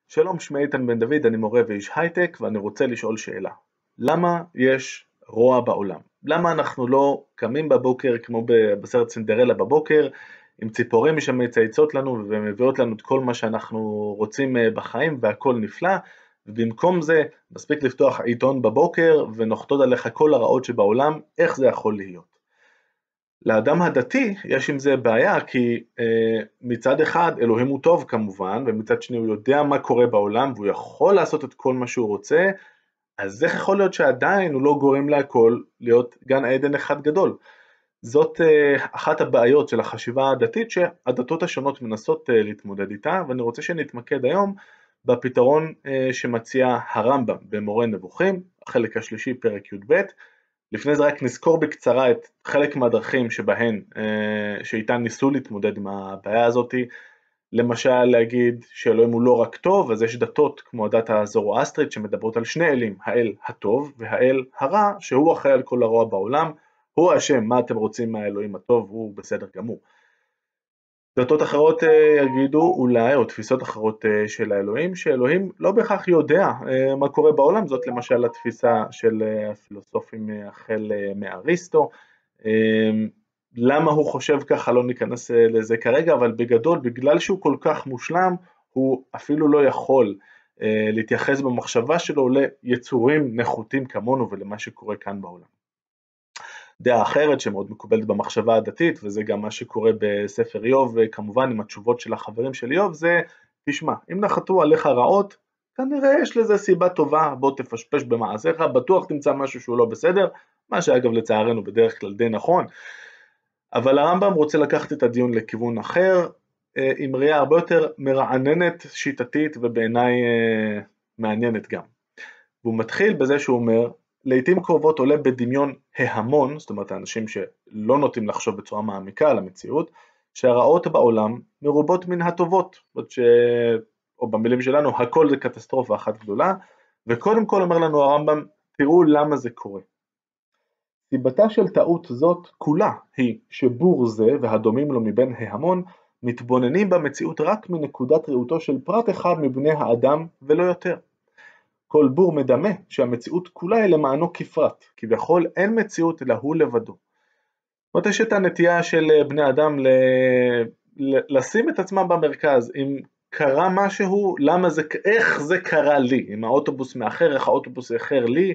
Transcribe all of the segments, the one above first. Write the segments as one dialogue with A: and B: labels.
A: שלום, שמי איתן בן דוד, אני מורה ואיש הייטק ואני רוצה לשאול שאלה. למה יש רוע בעולם? למה אנחנו לא קמים בבוקר כמו בסרט סינדרלה בבוקר, עם ציפורים שמצייצות לנו ומביאות לנו את כל מה שאנחנו רוצים בחיים והכל נפלא, ובמקום זה מספיק לפתוח עיתון בבוקר ונוחתות עליך כל הרעות שבעולם, איך זה יכול להיות? לאדם הדתי יש עם זה בעיה, כי מצד אחד אלוהים הוא טוב כמובן, ומצד שני הוא יודע מה קורה בעולם, והוא יכול לעשות את כל מה שהוא רוצה, אז איך יכול להיות שעדיין הוא לא גורם להכל להיות גן עדן אחד גדול? זאת אחת הבעיות של החשיבה הדתית, שהדתות השונות מנסות להתמודד איתה, ואני רוצה שנתמקד היום בפתרון שמציע הרמב"ם במורה נבוכים, החלק השלישי פרק י"ב. לפני זה רק נזכור בקצרה את חלק מהדרכים שאיתן ניסו להתמודד עם הבעיה הזאת. למשל להגיד שאלוהים הוא לא רק טוב, אז יש דתות כמו הדת הזורואסטרית שמדברות על שני אלים, האל הטוב והאל הרע, שהוא אחראי על כל הרוע בעולם, הוא האשם, מה אתם רוצים מהאלוהים הטוב, הוא בסדר גמור. דתות אחרות יגידו אולי, או תפיסות אחרות של האלוהים, שאלוהים לא בהכרח יודע מה קורה בעולם, זאת למשל התפיסה של הפילוסופים החל מאריסטו. למה הוא חושב ככה, לא ניכנס לזה כרגע, אבל בגדול, בגלל שהוא כל כך מושלם, הוא אפילו לא יכול להתייחס במחשבה שלו ליצורים נחותים כמונו ולמה שקורה כאן בעולם. דעה אחרת שמאוד מקובלת במחשבה הדתית, וזה גם מה שקורה בספר איוב, וכמובן עם התשובות של החברים של איוב, זה, תשמע, אם נחתו עליך רעות, כנראה יש לזה סיבה טובה, בוא תפשפש במעשיך, בטוח תמצא משהו שהוא לא בסדר, מה שאגב לצערנו בדרך כלל די נכון, אבל הרמב"ם רוצה לקחת את הדיון לכיוון אחר, עם ראייה הרבה יותר מרעננת, שיטתית, ובעיניי מעניינת גם. והוא מתחיל בזה שהוא אומר, לעתים קרובות עולה בדמיון ההמון, זאת אומרת האנשים שלא נוטים לחשוב בצורה מעמיקה על המציאות, שהרעות בעולם מרובות מן הטובות, או במילים שלנו, הכל זה קטסטרופה אחת גדולה, וקודם כל אומר לנו הרמב"ם, תראו למה זה קורה. סיבתה של טעות זאת כולה היא שבור זה והדומים לו מבין ההמון, מתבוננים במציאות רק מנקודת ראותו של פרט אחד מבני האדם ולא יותר. כל בור מדמה שהמציאות כולה היא למענו כפרט, כביכול אין מציאות אלא הוא לבדו. זאת אומרת, יש את הנטייה של בני אדם לשים את עצמם במרכז, אם קרה משהו, איך זה קרה לי, אם האוטובוס מאחר, איך האוטובוס אחר לי,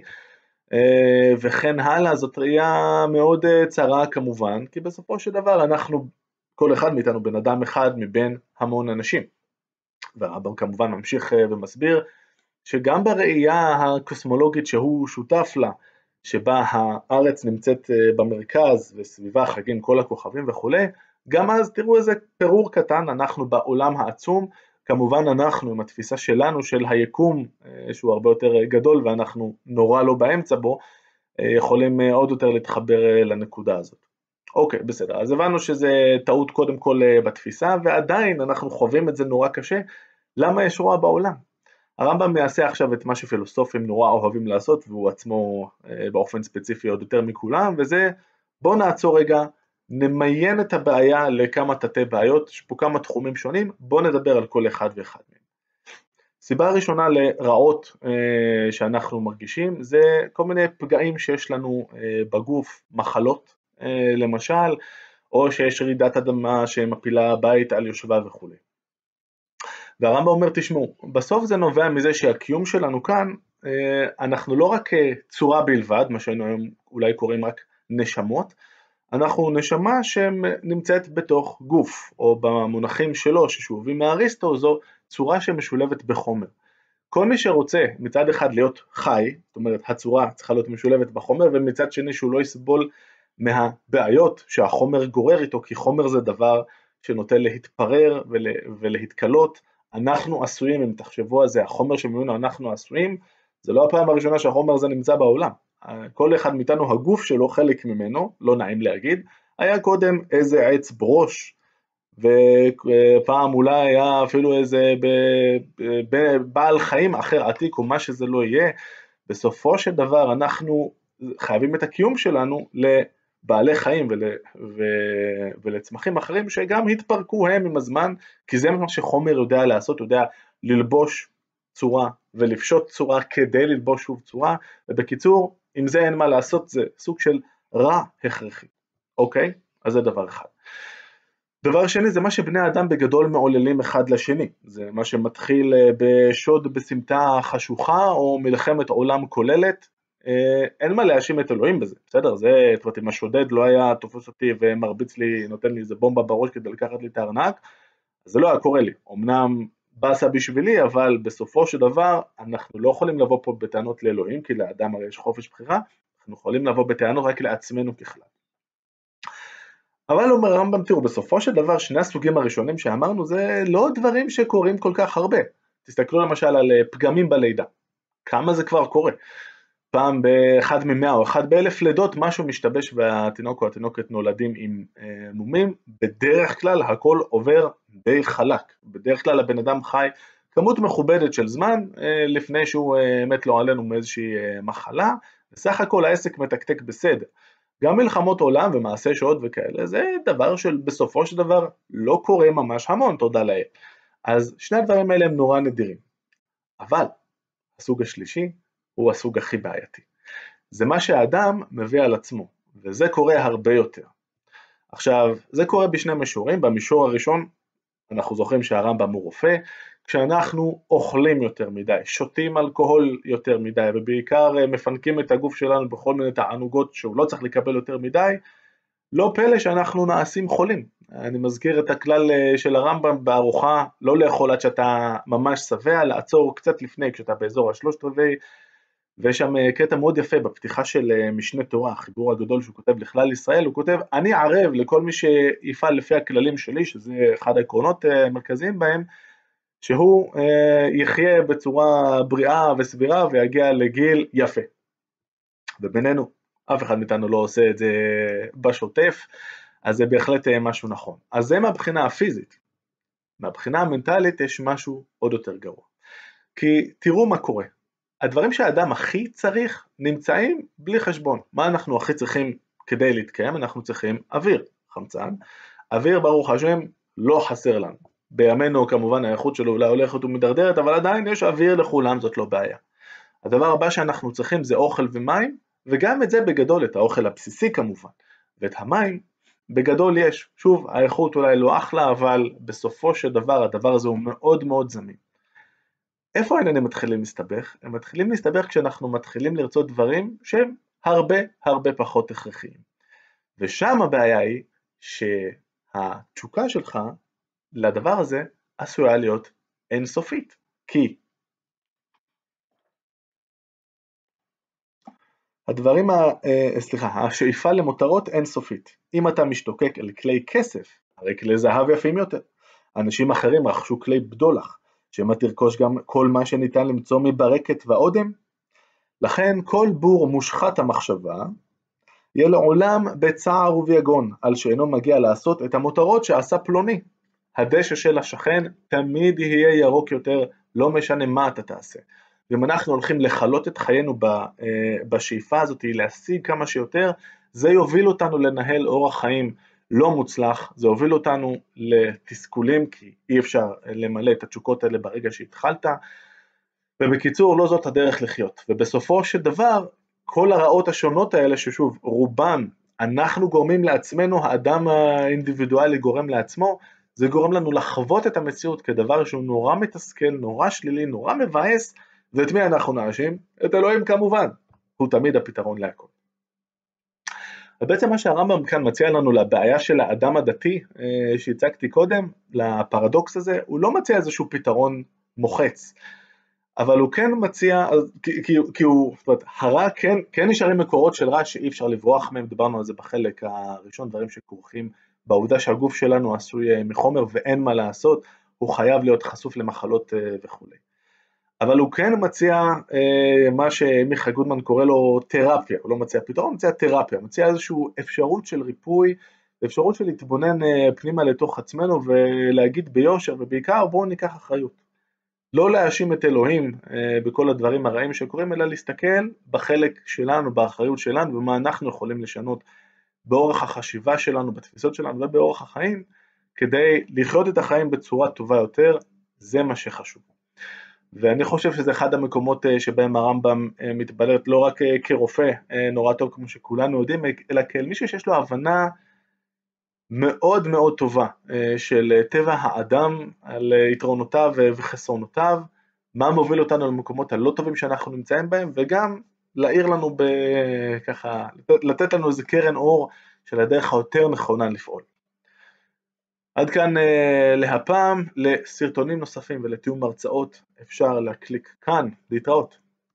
A: וכן הלאה. זאת ראייה מאוד צרה כמובן, כי בסופו של דבר אנחנו, כל אחד מאיתנו בן אדם אחד מבין המון אנשים. והרמב"ם כמובן ממשיך ומסביר, שגם בראייה הקוסמולוגית שהוא שותף לה, שבה הארץ נמצאת במרכז וסביבה חגים כל הכוכבים וכו', גם אז תראו איזה פירור קטן, אנחנו בעולם העצום, כמובן אנחנו עם התפיסה שלנו של היקום, שהוא הרבה יותר גדול ואנחנו נורא לא באמצע בו, יכולים עוד יותר להתחבר לנקודה הזאת. אוקיי, בסדר, אז הבנו שזה טעות קודם כל בתפיסה, ועדיין אנחנו חווים את זה נורא קשה. למה יש רוע בעולם? הרמב"ם יעשה עכשיו את מה שפילוסופים נורא אוהבים לעשות, והוא עצמו באופן ספציפי עוד יותר מכולם, וזה, בוא נעצור רגע, נמיין את הבעיה לכמה תתי בעיות, יש פה כמה תחומים שונים, בוא נדבר על כל אחד ואחד מהם. סיבה ראשונה לרעות שאנחנו מרגישים, זה כל מיני פגעים שיש לנו בגוף, מחלות למשל, או שיש רעידת אדמה שמפילה בית על יושבה וכו'. והרמב"ם אומר, תשמעו, בסוף זה נובע מזה שהקיום שלנו כאן, אנחנו לא רק צורה בלבד, מה שהיינו היום אולי קוראים רק נשמות, אנחנו נשמה שנמצאת בתוך גוף, או במונחים שלו ששואבים מאריסטו, זו צורה שמשולבת בחומר. כל מי שרוצה מצד אחד להיות חי, זאת אומרת הצורה צריכה להיות משולבת בחומר, ומצד שני שהוא לא יסבול מהבעיות שהחומר גורר איתו, כי חומר זה דבר שנוטה להתפרר ולהתקלות. אנחנו עשויים, אם תחשבו על זה, החומר שממנו אנחנו עשויים, זה לא הפעם הראשונה שהחומר הזה נמצא בעולם. כל אחד מאיתנו, הגוף שלו, חלק ממנו, לא נעים להגיד, היה קודם איזה עץ ברוש, ופעם אולי היה אפילו איזה בעל חיים אחר עתיק, או מה שזה לא יהיה. בסופו של דבר אנחנו חייבים את הקיום שלנו לבעלי חיים ולצמחים אחרים שגם התפרקו הם עם הזמן, כי זה מה שחומר יודע לעשות, יודע ללבוש צורה ולפשוט צורה כדי ללבוש שוב צורה, ובקיצור, עם זה אין מה לעשות, זה סוג של רע הכרחי, אוקיי? אז זה דבר אחד. דבר שני, זה מה שבני האדם בגדול מעוללים אחד לשני, זה מה שמתחיל בשוד בסמטה חשוכה, או מלחמת עולם כוללת, אין מה להאשים את אלוהים בזה, בסדר? זה, זאת אומרת, אם השודד לא היה תופס אותי ומרביץ לי, נותן לי איזה בומבה בראש כדי לקחת לי את הארנק, זה לא היה קורה לי, אמנם באסה בשבילי, אבל בסופו של דבר אנחנו לא יכולים לבוא פה בטענות לאלוהים, כי לאדם הרי יש חופש בחירה, אנחנו יכולים לבוא בטענות רק לעצמנו ככלל. אבל אומר הרמב"ם, תראו, בסופו של דבר שני הסוגים הראשונים שאמרנו זה לא דברים שקורים כל כך הרבה. תסתכלו למשל על פגמים בלידה, כמה זה כבר קורה. פעם באחד ממאה או אחד באלף לידות משהו משתבש והתינוק או התינוקת נולדים עם מומים, בדרך כלל הכל עובר די חלק, בדרך כלל הבן אדם חי כמות מכובדת של זמן לפני שהוא מת לו עלינו מאיזושהי מחלה, בסך הכל העסק מתקתק בסדר. גם מלחמות עולם ומעשי שוד וכאלה, זה דבר של בסופו של דבר לא קורה ממש המון, תודה לאל. אז שני הדברים האלה הם נורא נדירים. אבל הסוג השלישי הוא הסוג הכי בעייתי. זה מה שהאדם מביא על עצמו, וזה קורה הרבה יותר. עכשיו, זה קורה בשני מישורים. במישור הראשון, אנחנו זוכרים שהרמב"ם הוא רופא, כשאנחנו אוכלים יותר מדי, שותים אלכוהול יותר מדי, ובעיקר מפנקים את הגוף שלנו בכל מיני תענוגות שהוא לא צריך לקבל יותר מדי, לא פלא שאנחנו נעשים חולים. אני מזכיר את הכלל של הרמב"ם בארוחה, לא לאכול עד שאתה ממש שבע, לעצור קצת לפני כשאתה באזור השלושת רבעי, ויש שם קטע מאוד יפה בפתיחה של משנה תורה, החיבור הגדול שהוא כותב לכלל ישראל, הוא כותב, אני ערב לכל מי שיפעל לפי הכללים שלי, שזה אחד העקרונות המרכזיים בהם, שהוא יחיה בצורה בריאה וסבירה ויגיע לגיל יפה. ובינינו, אף אחד מאיתנו לא עושה את זה בשוטף, אז זה בהחלט משהו נכון. אז זה מהבחינה הפיזית. מהבחינה המנטלית יש משהו עוד יותר גרוע. כי תראו מה קורה. הדברים שהאדם הכי צריך נמצאים בלי חשבון. מה אנחנו הכי צריכים כדי להתקיים? אנחנו צריכים אוויר, חמצן. אוויר ברוך השם לא חסר לנו. בימינו כמובן האיכות שלו אולי הולכת ומדרדרת, אבל עדיין יש אוויר לכולם, זאת לא בעיה. הדבר הבא שאנחנו צריכים זה אוכל ומים, וגם את זה בגדול, את האוכל הבסיסי כמובן, ואת המים בגדול יש. שוב, האיכות אולי לא אחלה, אבל בסופו של דבר הדבר הזה הוא מאוד מאוד זמין. איפה העניינים מתחילים להסתבך? הם מתחילים להסתבך כשאנחנו מתחילים לרצות דברים שהם הרבה פחות הכרחיים. ושם הבעיה היא שהתשוקה שלך לדבר הזה עשויה להיות אינסופית. כי השאיפה למותרות אינסופית. אם אתה משתוקק אל כלי כסף, הרי כלי זהב יפים יותר. אנשים אחרים רכשו כלי בדולח, שמה תרכוש גם כל מה שניתן למצוא מברקת ועודם. לכן כל בור מושחת המחשבה, יהיה לעולם בצער וביגון, על שאינו מגיע לעשות את המותרות שעשה פלוני. הדשא של השכן תמיד יהיה ירוק יותר, לא משנה מה אתה תעשה. ואם אנחנו הולכים לחלות את חיינו בשאיפה הזאת, להשיג כמה שיותר, זה יוביל אותנו לנהל אורח חיים לא מוצלח, זה הוביל אותנו לתסכולים, כי אי אפשר למלא את התשוקות האלה ברגע שהתחלת, ובקיצור לא זאת הדרך לחיות. ובסופו של דבר, כל הרעות השונות האלה ששוב, רובם אנחנו גורמים לעצמנו, האדם האינדיבידואלי גורם לעצמו, זה גורם לנו לחוות את המציאות כדבר שהוא נורא מתסכל, נורא שלילי, נורא מבאס, ואת מי אנחנו נאשים? את אלוהים כמובן, הוא תמיד הפתרון להכל. ובעצם מה שהרמב"ם כאן מציע לנו לבעיה של האדם הדתי שהצגתי קודם, לפרדוקס הזה, הוא לא מציע איזשהו פתרון מוחץ, אבל הוא כן מציע, כי הוא, זאת אומרת, הרע כן נשארים מקורות של רע שאי אפשר לברוח מהם, דיברנו על זה בחלק הראשון, דברים שכרוכים בעובדה שהגוף שלנו עשוי מחומר ואין מה לעשות, הוא חייב להיות חשוף למחלות וכו'. אבל הוא כן מציע מה שמיכה גודמן קורא לו תרפיה, הוא לא מציע פתרון, הוא מציע תרפיה, הוא מציע איזושהי אפשרות של ריפוי, אפשרות של להתבונן פנימה לתוך עצמנו ולהגיד ביושר, ובעיקר בואו ניקח אחריות. לא להאשים את אלוהים בכל הדברים הרעים שקורים, אלא להסתכל בחלק שלנו, באחריות שלנו, ומה אנחנו יכולים לשנות באורח החשיבה שלנו, בתפיסות שלנו ובאורח החיים, כדי לחיות את החיים בצורה טובה יותר, זה מה שחשוב. ואני חושב שזה אחד המקומות שבהם הרמב"ם מתבלט לא רק כרופא נורא טוב כמו שכולנו יודעים, אלא כמישהו שיש לו הבנה מאוד מאוד טובה של טבע האדם, על יתרונותיו וחסרונותיו, מה מוביל אותנו למקומות הלא טובים שאנחנו נמצאים בהם, וגם להעיר לנו ככה, לתת לנו איזה קרן אור של הדרך היותר נכונה לפעול. עד כאן להפעם. לסרטונים נוספים ולתיאום הרצאות אפשר להקליק כאן. להתראות.